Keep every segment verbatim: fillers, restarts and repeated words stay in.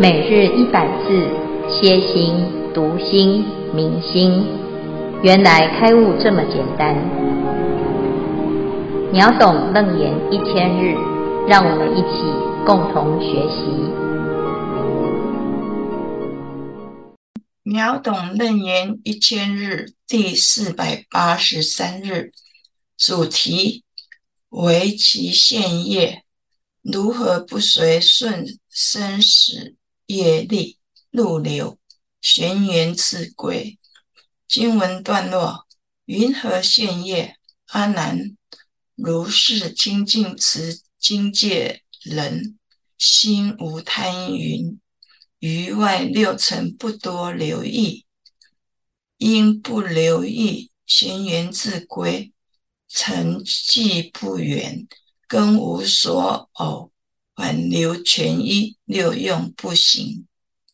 每日一百字，歇心、读心、明心，原来开悟这么简单。秒懂楞严一千日，让我们一起共同学习。 秒懂楞严一千日第四百八十三日，主题：为其现业，如何不随顺生死业力入流，玄元次归。经文段落：云何现业？阿难，如是清净持境界人，心无贪云，于外六尘不多留意，因不留意，玄元自归，成寂不远，根无所偶，反流全依，六用不行。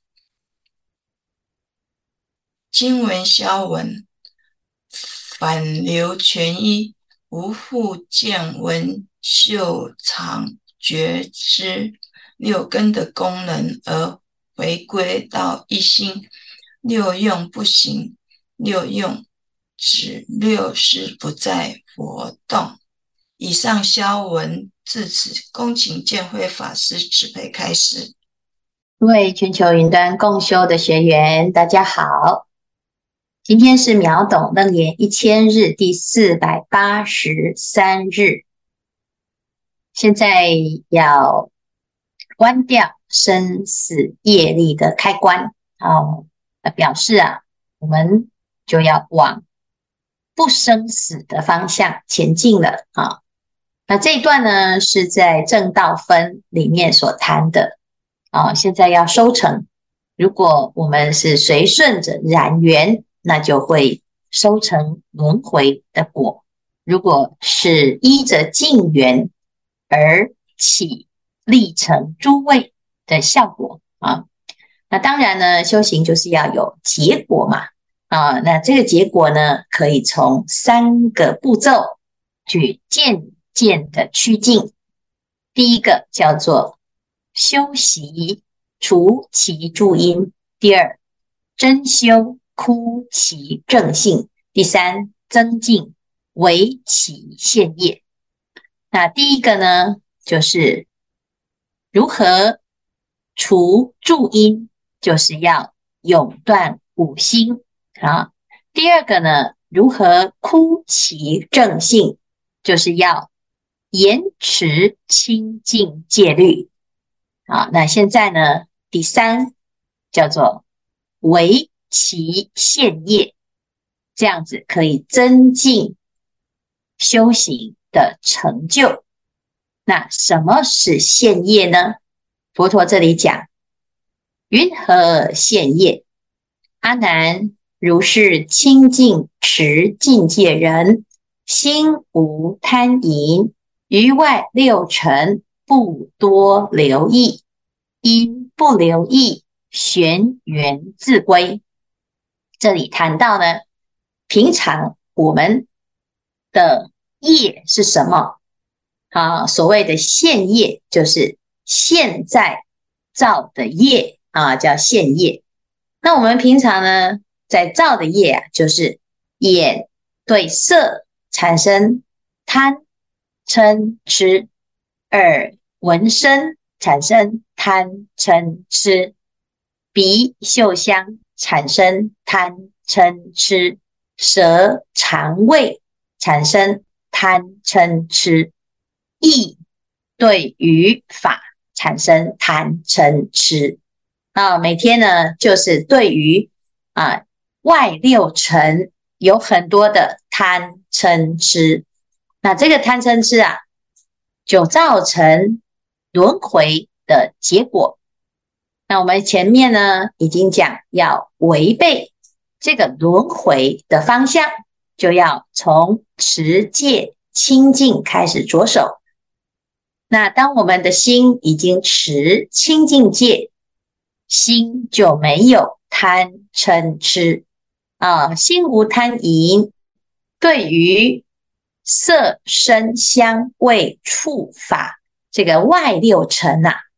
经文消文：反流全依，无复见闻嗅尝觉知六根的功能，而回归到一心。六用不行，六用指六识不再活动。以上消文至此，恭请见辉法师慈悲开示。 各位全球云端共修的学员，大家好。今天是秒懂楞严一千日第四百八十三日。现在要关掉生死业力的开关，哦，表示啊，我们就要往不生死的方向前进了啊。那这一段呢，是在正道分里面所谈的啊。现在要收成，如果我们是随顺着染缘，那就会收成轮回的果；如果是依着境缘而起立成诸位的效果啊，那当然呢，修行就是要有结果嘛啊。那这个结果呢，可以从三个步骤去渐渐的趋近。第一个叫做修习除其诸因，第二真修枯其正性，第三增进为其现业。那第一个呢，就是如何除诸因，就是要永断五心啊。第二个呢，如何枯其正性，就是要严持清净戒律啊。那现在呢，第三叫做为其现业，这样子可以增进修行的成就。那什么是现业呢？佛陀这里讲，云何现业？阿难，如是清净持境界人，心无贪淫，于外六尘不多留意，因不留意，玄元自归。这里谈到呢，平常我们的业是什么？啊，所谓的现业，就是现在造的业啊，叫现业。那我们平常呢，在造的业啊，就是眼对色产生贪嗔痴，耳闻声产生贪嗔痴，鼻嗅香产生贪嗔痴，舌尝味产生贪嗔痴，意对于法产生贪嗔痴啊。每天呢，就是对于啊外六尘有很多的贪嗔痴，那这个贪嗔痴啊，就造成轮回的结果。那我们前面呢已经讲，要违背这个轮回的方向，就要从持戒清净开始着手。那当我们的心已经持清净戒，心就没有贪嗔痴啊，心无贪淫，对于色声香味触法这个外六尘啊，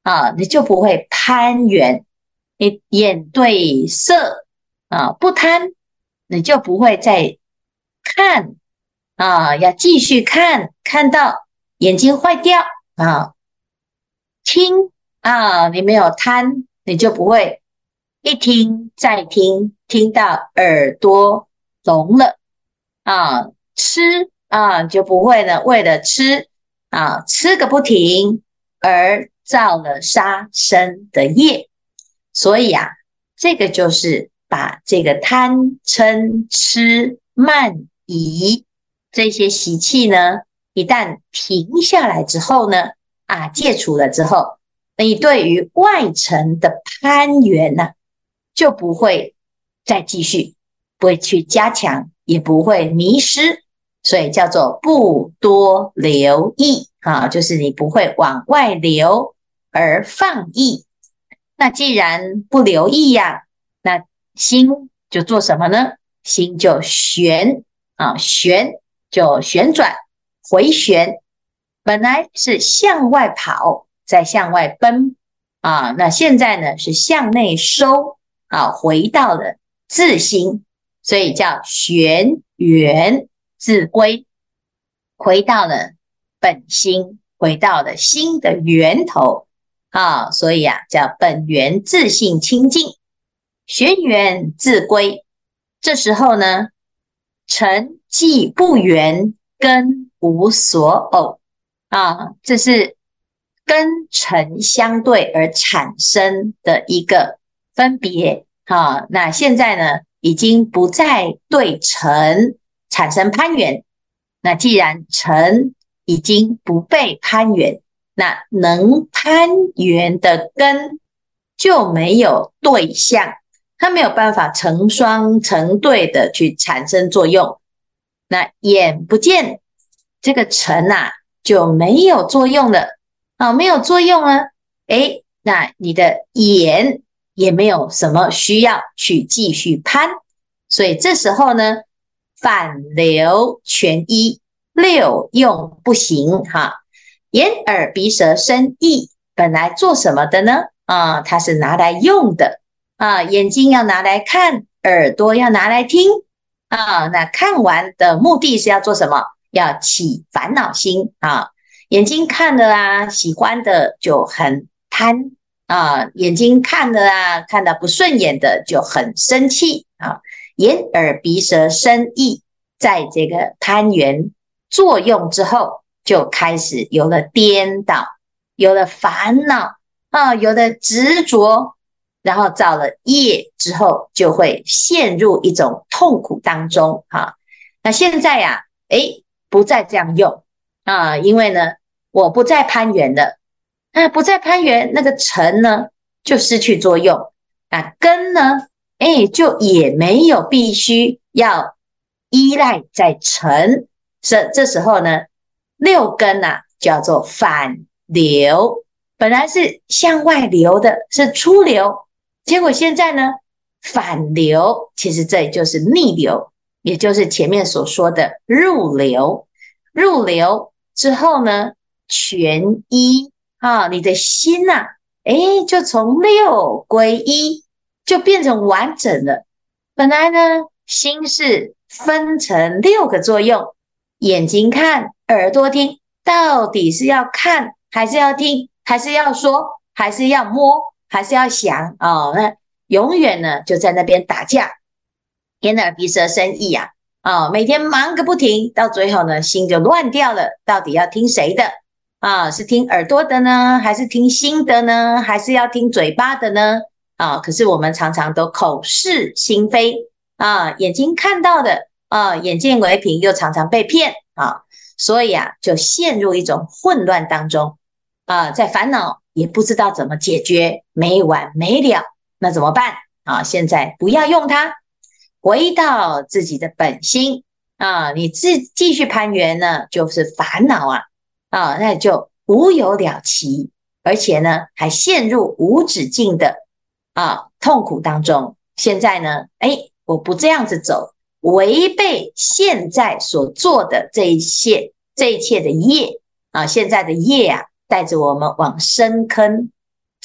啊，你就不会攀缘。你眼对色啊，不贪，你就不会再看啊，要继续看，看到眼睛坏掉啊。听啊，你没有贪，你就不会一听再听，听到耳朵聋了啊。吃啊，就不会呢，为了吃啊，吃个不停，而造了杀生的业。所以啊，这个就是把这个贪嗔痴慢疑这些习气呢，一旦停下来之后呢，啊，戒除了之后，你对于外尘的攀缘呢、啊，就不会再继续，不会去加强，也不会迷失，所以叫做不多留意啊，就是你不会往外流而放逸。那既然不留意呀、啊，那心就做什么呢？心就旋啊，旋就旋转回旋，本来是向外跑，再向外奔啊，那现在呢是向内收啊，回到了自心，所以叫旋圆自归，回到了本心，回到了心的源头。啊，所以啊，叫本源自性清净，玄源自归。这时候呢，尘既不圆，根无所偶啊，这是跟尘相对而产生的一个分别啊。那现在呢，已经不再对尘产生攀缘。那既然尘已经不被攀缘，那能攀缘的根就没有对象，它没有办法成双成对的去产生作用。那眼不见，这个尘啊就没有作用了啊，没有作用啊，诶，那你的眼也没有什么需要去继续攀，所以这时候呢，反流全依，六用不行哈。眼耳鼻舌身意本来做什么的呢？啊，它是拿来用的啊，眼睛要拿来看，耳朵要拿来听啊。那看完的目的是要做什么？要起烦恼心啊。眼睛看了啊，喜欢的就很贪啊，眼睛看了啊，看到不顺眼的就很生气啊。眼耳鼻舌身意在这个攀缘作用之后，就开始有了颠倒，有了烦恼啊，有了执着，然后造了业之后，就会陷入一种痛苦当中啊。那现在呀、啊，诶，不再这样用啊，因为呢，我不再攀缘了，那不再攀缘，那个尘呢就失去作用，那根呢，诶，就也没有必须要依赖在尘，这这时候呢。六根啊，叫做反流，本来是向外流的，是出流，结果现在呢，反流，其实这就是逆流，也就是前面所说的入流。入流之后呢，全一啊，你的心呐、啊，诶，就从六归一，就变成完整了。本来呢，心是分成六个作用，眼睛看，耳朵听，到底是要看还是要听，还是要说，还是要摸，还是要想哦？那永远呢就在那边打架，眼耳鼻舌身意啊，哦，每天忙个不停，到最后呢心就乱掉了，到底要听谁的啊？是听耳朵的呢，还是听心的呢？还是要听嘴巴的呢？啊，可是我们常常都口是心非啊，眼睛看到的啊，眼见为凭，又常常被骗啊。所以啊，就陷入一种混乱当中啊，在烦恼也不知道怎么解决，没完没了，那怎么办啊？现在不要用它，回到自己的本心啊，你自继续攀缘呢，就是烦恼啊啊，那就无有了期，而且呢，还陷入无止境的啊痛苦当中。现在呢，哎，我不这样子走。违背现在所做的这一切，这一切的业啊，现在的业啊，带着我们往深坑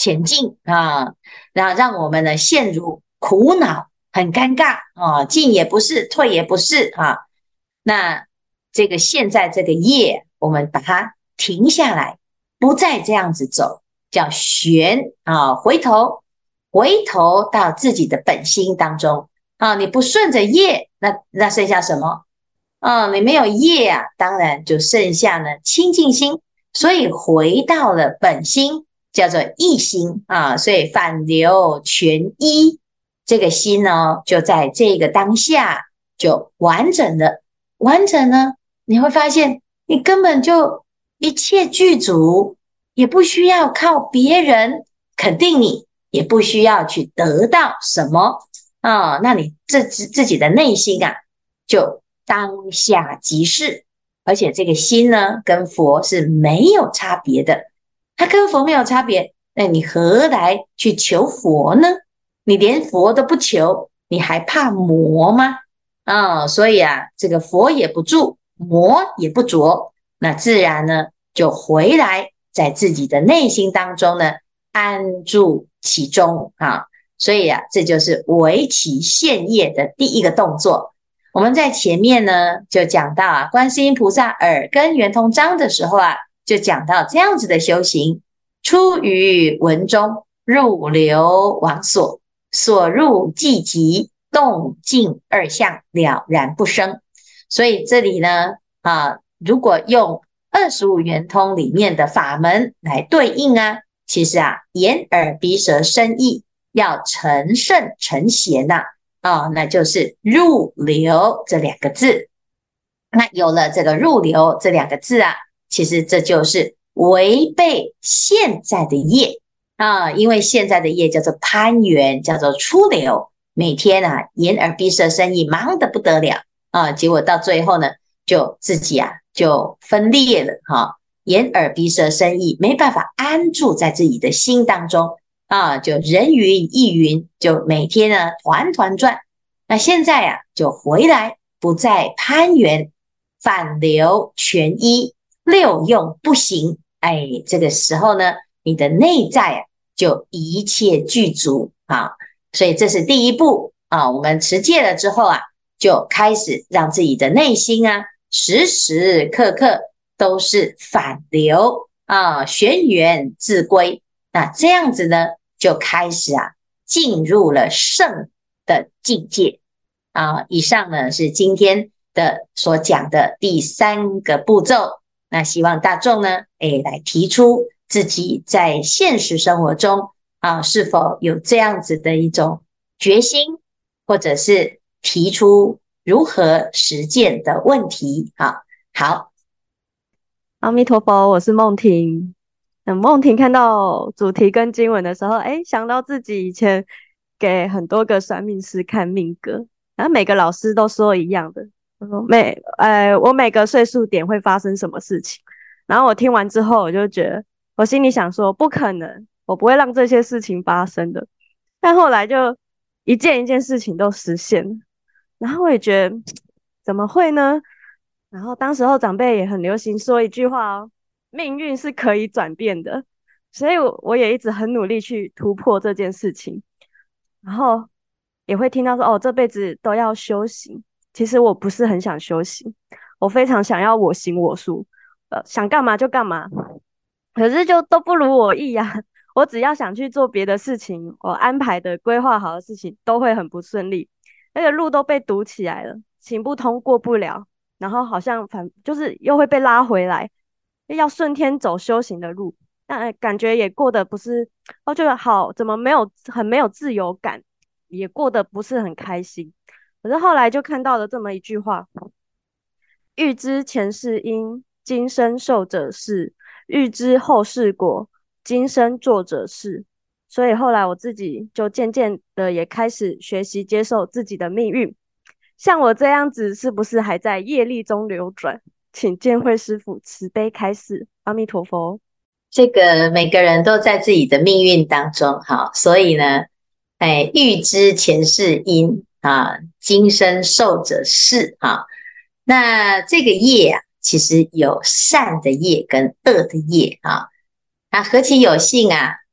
前进啊，然后让我们呢陷入苦恼，很尴尬啊，进也不是，退也不是啊。那这个现在这个业，我们把它停下来，不再这样子走，叫旋啊，回头，回头到自己的本心当中啊。你不顺着业，那那剩下什么？啊，你没有业啊，当然就剩下呢清净心。所以回到了本心，叫做一心啊。所以反流全一，这个心呢，就在这个当下就完整了。完整呢，你会发现你根本就一切具足，也不需要靠别人肯定你，也不需要去得到什么啊。那你自自己的内心啊，就当下即是。而且这个心呢，跟佛是没有差别的，它跟佛没有差别，那你何来去求佛呢？你连佛都不求，你还怕魔吗？啊、哦，所以啊，这个佛也不住，魔也不着，那自然呢就回来，在自己的内心当中呢安住其中啊。所以啊，这就是为其现业的第一个动作。我们在前面呢就讲到啊，观世音菩萨耳根圆通章的时候啊，就讲到这样子的修行：出于文中，入流往所，所入寂寂，动静二相，了然不生。所以这里呢啊，如果用二十五圆通里面的法门来对应啊，其实啊，眼耳鼻舌身意要成圣成贤呐、啊。哦，那就是入流这两个字。那有了这个入流这两个字啊，其实这就是违背现在的业啊，因为现在的业叫做攀缘，叫做出流，每天啊眼耳鼻舌身意忙得不得了啊，结果到最后呢，就自己啊就分裂了哈、啊，眼耳鼻舌身意没办法安住在自己的心当中。啊，就人云亦云，就每天呢团团转。那现在啊，就回来，不再攀缘，反流全一，六用不行。哎，这个时候呢，你的内在啊，就一切具足啊。所以这是第一步啊。我们持戒了之后啊，就开始让自己的内心啊，时时刻刻都是反流啊，玄元自归。那这样子呢，就开始啊，进入了圣的境界啊。以上呢是今天的所讲的第三个步骤。那希望大众呢，哎，来提出自己在现实生活中啊，是否有这样子的一种决心，或者是提出如何实践的问题啊。好， 阿弥陀佛，我是梦婷。嗯，梦婷看到主题跟经文的时候，哎，想到自己以前给很多个算命师看命格，然后每个老师都说一样的，我说每呃我每个岁数点会发生什么事情，然后我听完之后，我就觉得我心里想说，不可能，我不会让这些事情发生的。但后来就一件一件事情都实现了，然后我也觉得怎么会呢？然后当时候长辈也很流行说一句话哦，命运是可以转变的，所以我我也一直很努力去突破这件事情，然后也会听到说哦，这辈子都要修行。其实我不是很想修行，我非常想要我行我素，呃，想干嘛就干嘛，可是就都不如我意啊。我只要想去做别的事情，我安排的规划好的事情都会很不顺利，那个路都被堵起来了，行不通过不了，然后好像反就是又会被拉回来，要顺天走修行的路，但感觉也过得不是，哦，觉得好，怎么没有很没有自由感，也过得不是很开心。可是后来就看到了这么一句话：欲知前世因，今生受者是；欲知后世果，今生做者是。所以后来我自己就渐渐的也开始学习接受自己的命运。像我这样子，是不是还在业力中流转？请见慧师父慈悲开示，阿弥陀佛。 这个每个人都在自己的命运当中，哈，所以呢，哎，欲知前世因啊，今生受者是啊。那这个业啊，其实有善的业跟恶的业啊。那何其有幸啊！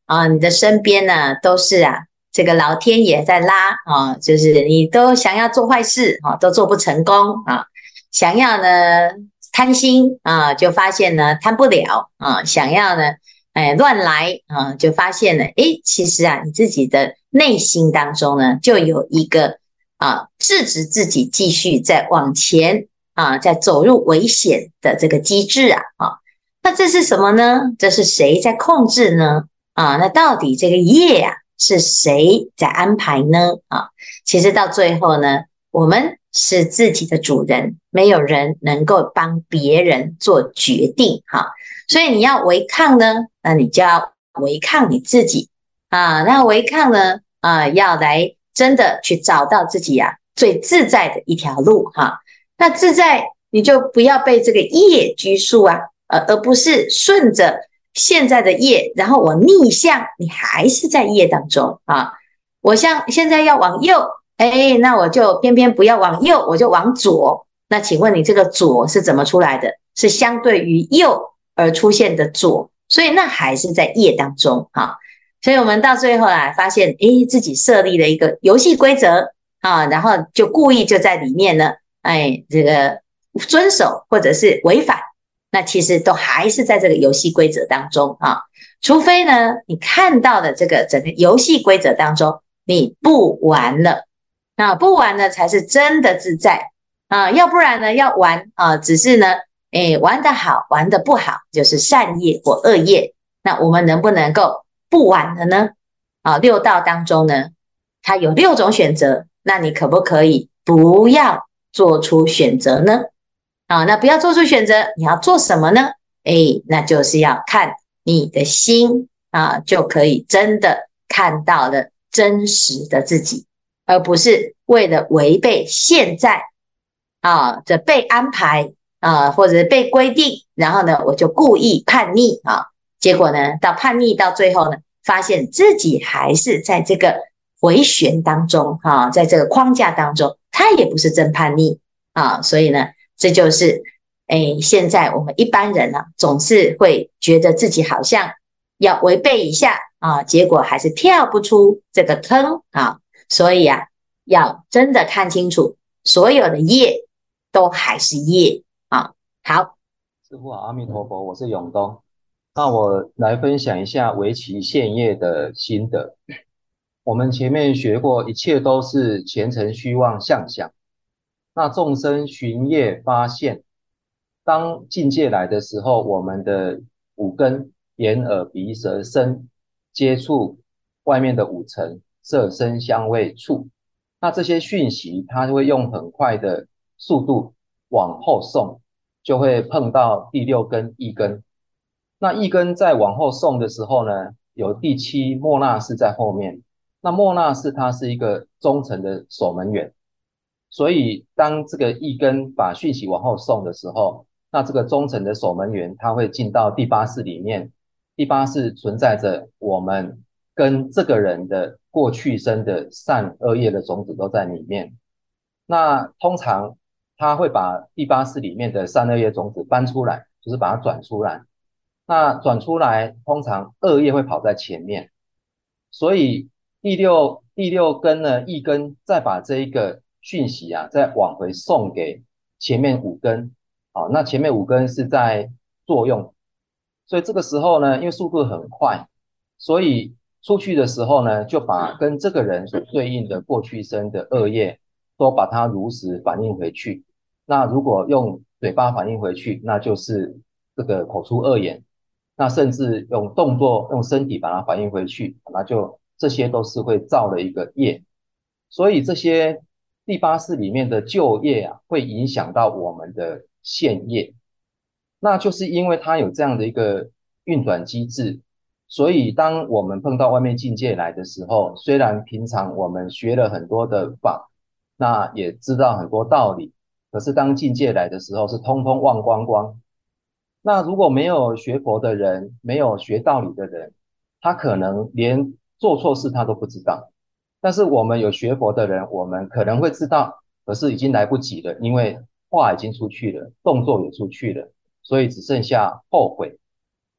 啊，你的身边呢都是啊，这个老天爷在拉啊，就是你都想要做坏事啊，都做不成功啊，想要呢贪心啊，就发现呢贪不了啊，想要呢哎乱来啊，就发现呢，诶，其实啊你自己的内心当中呢就有一个啊制止自己继续再往前啊，再走入危险的这个机制啊，啊，那这是什么呢？这是谁在控制呢？啊，那到底这个业啊是谁在安排呢？啊，其实到最后呢，我们是自己的主人，没有人能够帮别人做决定哈。所以你要违抗呢，那你就要违抗你自己啊。那违抗呢，啊，要来真的去找到自己呀、啊、最自在的一条路哈。那自在，你就不要被这个业拘束啊，呃，而不是顺着现在的业，然后我逆向，你还是在业当中啊。我像现在要往右，哎，那我就偏偏不要往右，我就往左。那请问你这个左是怎么出来的？是相对于右而出现的左，所以那还是在业当中啊。所以我们到最后啊，发现哎，自己设立了一个游戏规则啊，然后就故意就在里面呢，哎，这个遵守或者是违反。那其实都还是在这个游戏规则当中啊，除非呢，你看到的这个整个游戏规则当中，你不玩了，啊，不玩了才是真的自在啊，要不然呢，要玩啊，只是呢，诶，玩得好，玩得不好，就是善业或恶业。那我们能不能够不玩了呢？啊，六道当中呢，它有六种选择，那你可不可以不要做出选择呢？啊，那不要做出选择，你要做什么呢？哎，那就是要看你的心啊，就可以真的看到了真实的自己，而不是为了违背现在啊的被安排啊，或者被规定，然后呢，我就故意叛逆啊，结果呢，到叛逆到最后呢，发现自己还是在这个回旋当中啊，在这个框架当中，他也不是真叛逆啊，所以呢。这就是，哎，现在我们一般人呢、啊，总是会觉得自己好像要违背一下啊，结果还是跳不出这个坑啊。所以啊，要真的看清楚，所有的业都还是业啊。好， 师父好，阿弥陀佛，我是永东。那我来分享一下围棋现业的心得。我们前面学过，一切都是前尘虚妄相想。那众生寻业发现，当境界来的时候，我们的五根眼耳鼻舌身接触外面的五尘色声香味触，那这些讯息它会用很快的速度往后送，就会碰到第六根意根。那意根在往后送的时候呢，有第七莫那识在后面。那莫那识它是一个中层的守门员。所以，当这个意根把讯息往后送的时候，那这个中层的守门员他会进到第八识里面。第八识存在着我们跟这个人的过去生的善恶业的种子都在里面。那通常他会把第八识里面的善恶业种子搬出来，就是把它转出来。那转出来，通常恶业会跑在前面，所以第六第六根呢，意根再把这一个讯息啊，再往回送给前面五根，好，那前面五根是在作用，所以这个时候呢，因为速度很快，所以出去的时候呢，就把跟这个人所对应的过去生的恶业，都把它如实反映回去。那如果用嘴巴反映回去，那就是这个口出恶言。那甚至用动作、用身体把它反映回去，那就这些都是会造的一个业。所以这些第八识里面的旧业啊，会影响到我们的现业。那就是因为它有这样的一个运转机制，所以当我们碰到外面境界来的时候，虽然平常我们学了很多的法，那也知道很多道理，可是当境界来的时候，是通通忘光光。那如果没有学佛的人，没有学道理的人，他可能连做错事他都不知道。但是我们有学佛的人，我们可能会知道，可是已经来不及了，因为话已经出去了，动作也出去了，所以只剩下后悔。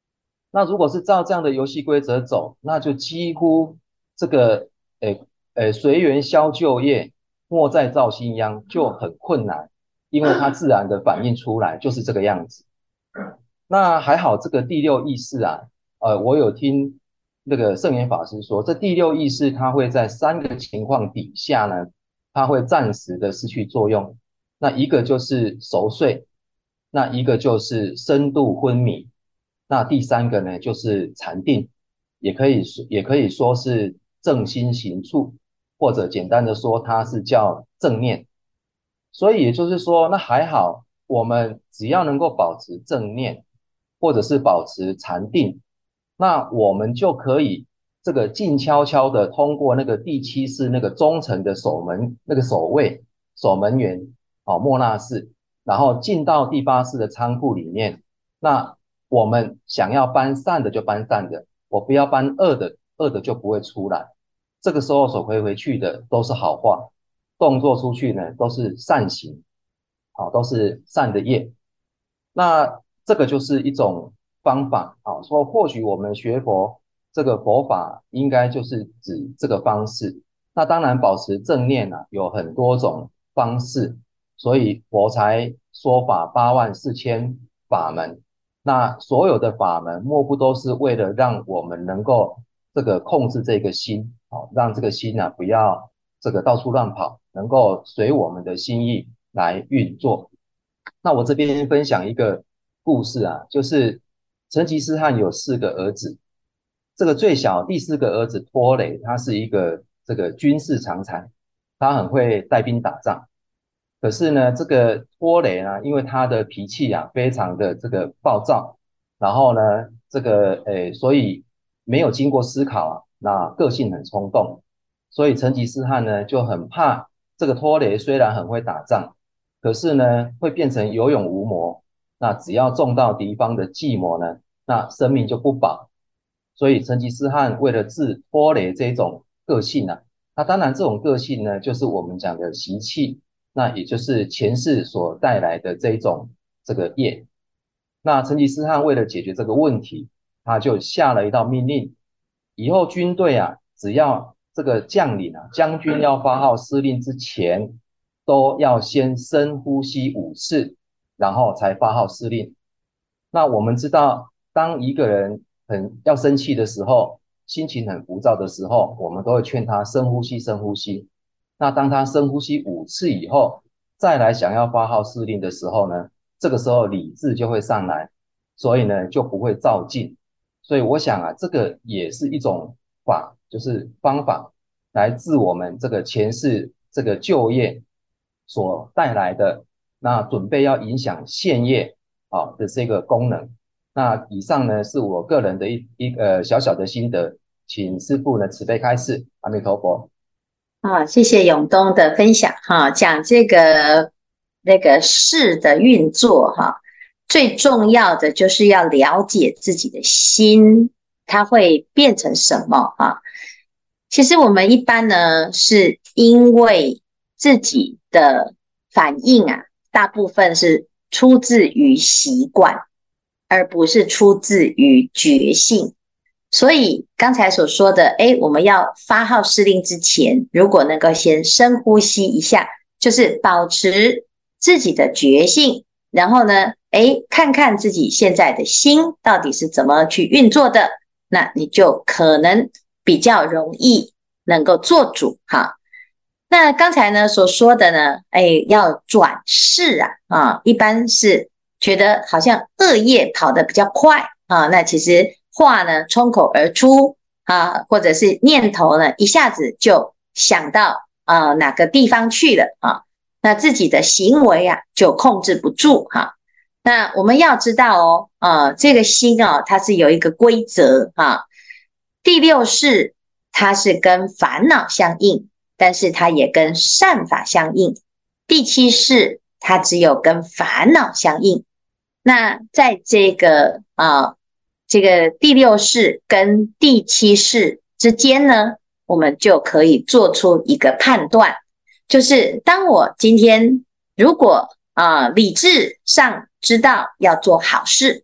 那如果是照这样的游戏规则走，那就几乎这个诶诶随缘消旧业，莫再造新殃，就很困难，因为它自然的反映出来就是这个样子。那还好，这个第六意识啊，呃，我有听那个圣严法师说，这第六意识它会在三个情况底下呢，它会暂时的失去作用。那一个就是熟睡，那一个就是深度昏迷，那第三个呢就是禅定，也可以也可以说是正心行处，或者简单的说，它是叫正念。所以也就是说，那还好，我们只要能够保持正念，或者是保持禅定，那我们就可以这个静悄悄的通过那个第七世那个中层的守门那个守卫守门员哦莫那寺，然后进到第八世的仓库里面。那我们想要搬善的就搬善的，我不要搬恶的，恶的就不会出来。这个时候所回回去的都是好话，动作出去呢都是善行，好，都是善的业。那这个就是一种方法啊，说或许我们学佛这个佛法应该就是指这个方式。那当然保持正念啊，有很多种方式，所以佛才说法八万四千法门。那所有的法门莫不都是为了让我们能够这个控制这个心，好，让这个心啊不要这个到处乱跑，能够随我们的心意来运作。那我这边分享一个故事啊，就是成吉思汗有四个儿子，这个最小第四个儿子拖雷，他是一个这个军事常才，他很会带兵打仗。可是呢，这个拖雷呢，因为他的脾气啊非常的这个暴躁，然后呢，这个诶，所以没有经过思考啊，那个性很冲动，所以成吉思汗呢就很怕这个拖雷虽然很会打仗，可是呢会变成有勇无谋，那只要中到敌方的计谋呢，那生命就不保。所以成吉思汗为了治拖雷这种个性啊，那当然这种个性呢，就是我们讲的习气，那也就是前世所带来的这种这个业。那成吉思汗为了解决这个问题，他就下了一道命令，以后军队啊，只要这个将领啊，将军要发号施令之前，都要先深呼吸五次，然后才发号施令。那我们知道，当一个人很要生气的时候，心情很浮躁的时候，我们都会劝他深呼吸，深呼吸。那当他深呼吸五次以后，再来想要发号施令的时候呢，这个时候理智就会上来，所以呢就不会躁进。所以我想啊，这个也是一种法，就是方法来治我们这个前世这个旧业所带来的，那准备要影响现业啊的这个功能。那以上呢是我个人的一一呃小小的心得，请师父呢慈悲开示，阿弥陀佛。 啊，谢谢永东的分享哈，讲这个那个事的运作哈，最重要的就是要了解自己的心，它会变成什么啊？其实我们一般呢，是因为自己的反应啊，大部分是出自于习惯，而不是出自于觉性。所以刚才所说的，诶，我们要发号施令之前，如果能够先深呼吸一下，就是保持自己的觉性，然后呢，诶，看看自己现在的心到底是怎么去运作的，那你就可能比较容易能够做主哈。那刚才呢所说的呢，诶，要转世啊，啊，一般是觉得好像恶业跑得比较快啊，那其实话呢冲口而出啊，或者是念头呢一下子就想到呃哪个地方去了啊，那自己的行为啊就控制不住哈、啊。那我们要知道哦，呃，这个心哦，它是有一个规则啊。第六识它是跟烦恼相应，但是它也跟善法相应。第七识它只有跟烦恼相应。那在这个啊。这个第六识跟第七识之间呢，我们就可以做出一个判断，就是当我今天如果啊、呃、理智上知道要做好事，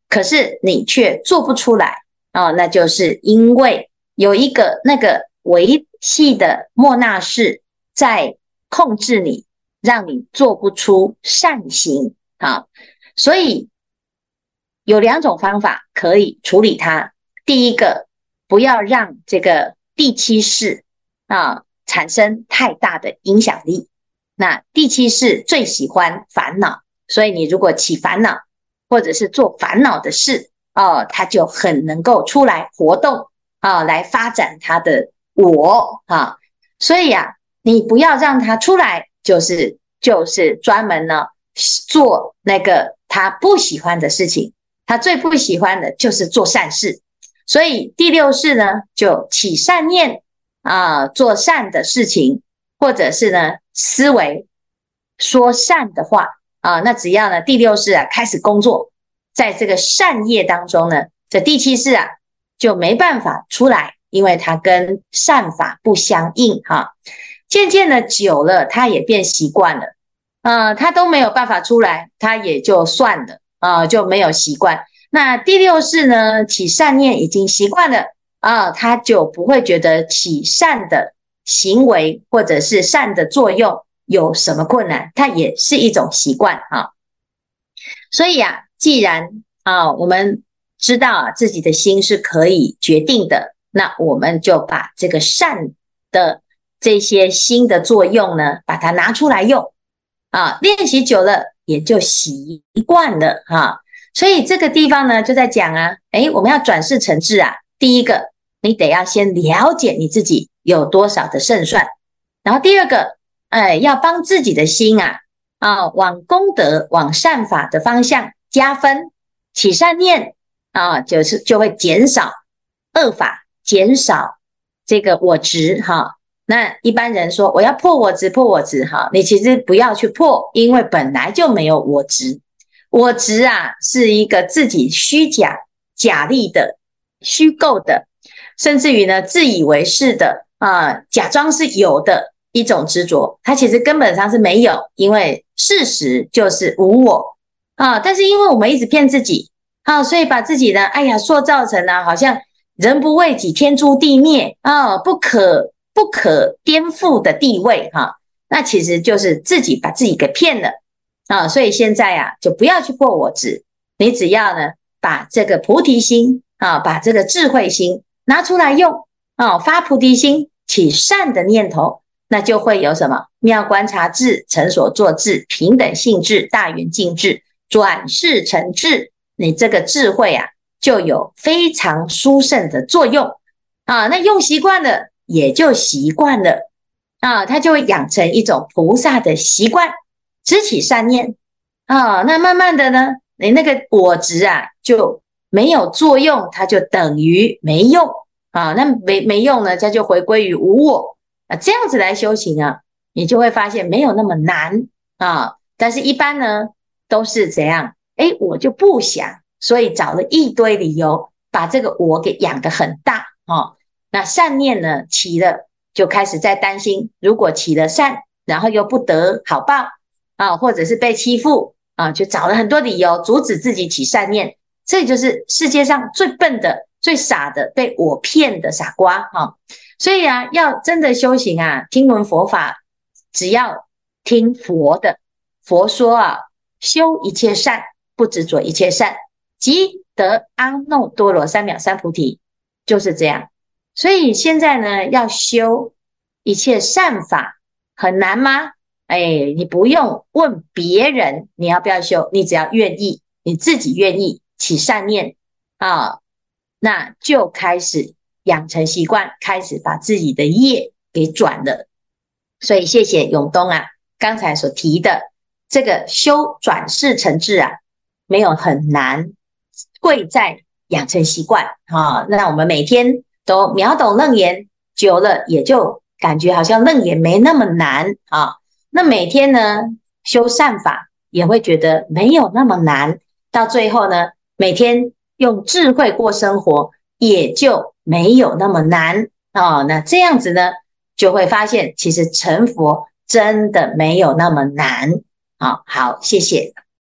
可是你却做不出来哦，那就是因为有一个那个维系的末那识在控制你，让你做不出善行啊。所以有两种方法可以处理它。第一个，不要让这个第七识啊产生太大的影响力。那第七识最喜欢烦恼，所以你如果起烦恼，或者是做烦恼的事哦，它就很能够出来活动啊，来发展它的我啊。所以啊，你不要让它出来，就是就是专门呢做那个他不喜欢的事情。他最不喜欢的就是做善事，所以第六识呢就起善念啊，做善的事情，或者是呢思维说善的话啊。那只要呢第六识啊开始工作，在这个善业当中呢，这第七识啊就没办法出来，因为它跟善法不相应哈。渐渐的久了，他也变习惯了，呃，他都没有办法出来，他也就算了。啊，就没有习惯。那第六识呢，起善念已经习惯了啊，他就不会觉得起善的行为或者是善的作用有什么困难，它也是一种习惯啊。所以啊，既然啊我们知道啊自己的心是可以决定的，那我们就把这个善的这些心的作用呢，把它拿出来用啊，练习久了也就习惯了哈、啊。所以这个地方呢就在讲啊，诶，我们要转世成智啊，第一个你得要先了解你自己有多少的胜算，然后第二个，哎，要帮自己的心啊啊往功德往善法的方向加分，起善念啊，就是就会减少恶法，减少这个我执哈、啊。那一般人说我要破我执，破我执哈，你其实不要去破，因为本来就没有我执。我执啊是一个自己虚假假立的虚构的，甚至于呢自以为是的啊，假装是有的一种执着，它其实根本上是没有，因为事实就是无我啊。但是因为我们一直骗自己啊，所以把自己呢哎呀塑造成啊好像人不为己天诛地灭啊，不可不可颠覆的地位哈、啊，那其实就是自己把自己给骗了啊。所以现在啊就不要去破我执，你只要呢把这个菩提心啊，把这个智慧心拿出来用啊，发菩提心，起善的念头，那就会有什么妙观察智、成所作智、平等性智、大圆净智、转世成智，你这个智慧啊就有非常殊胜的作用啊。那用习惯了也就习惯了啊，它就会养成一种菩萨的习惯，只起善念啊。那慢慢的呢，你那个我执啊就没有作用，它就等于没用啊。那没没用呢，它就回归于无我啊。这样子来修行啊，你就会发现没有那么难啊。但是一般呢都是怎样？诶，我就不想，所以找了一堆理由，把这个我给养得很大啊。那善念呢起了，就开始在担心，如果起了善，然后又不得好报啊，或者是被欺负啊，就找了很多理由阻止自己起善念。这就是世界上最笨的、最傻的、被我骗的傻瓜啊！所以啊，要真的修行啊，听闻佛法，只要听佛的，佛说啊，修一切善，不执着一切善，即得阿耨多罗三藐三菩提，就是这样。所以现在呢，要修一切善法很难吗？哎，你不用问别人你要不要修，你只要愿意，你自己愿意起善念啊，那就开始养成习惯，开始把自己的业给转了。所以谢谢永东啊，刚才所提的这个修转世成智啊，没有很难，贵在养成习惯啊。那我们每天都秒懂楞严，久了也就感觉好像楞严没那么难啊。那每天呢修善法也会觉得没有那么难，到最后呢每天用智慧过生活也就没有那么难啊。那这样子呢就会发现其实成佛真的没有那么难。好好，谢谢。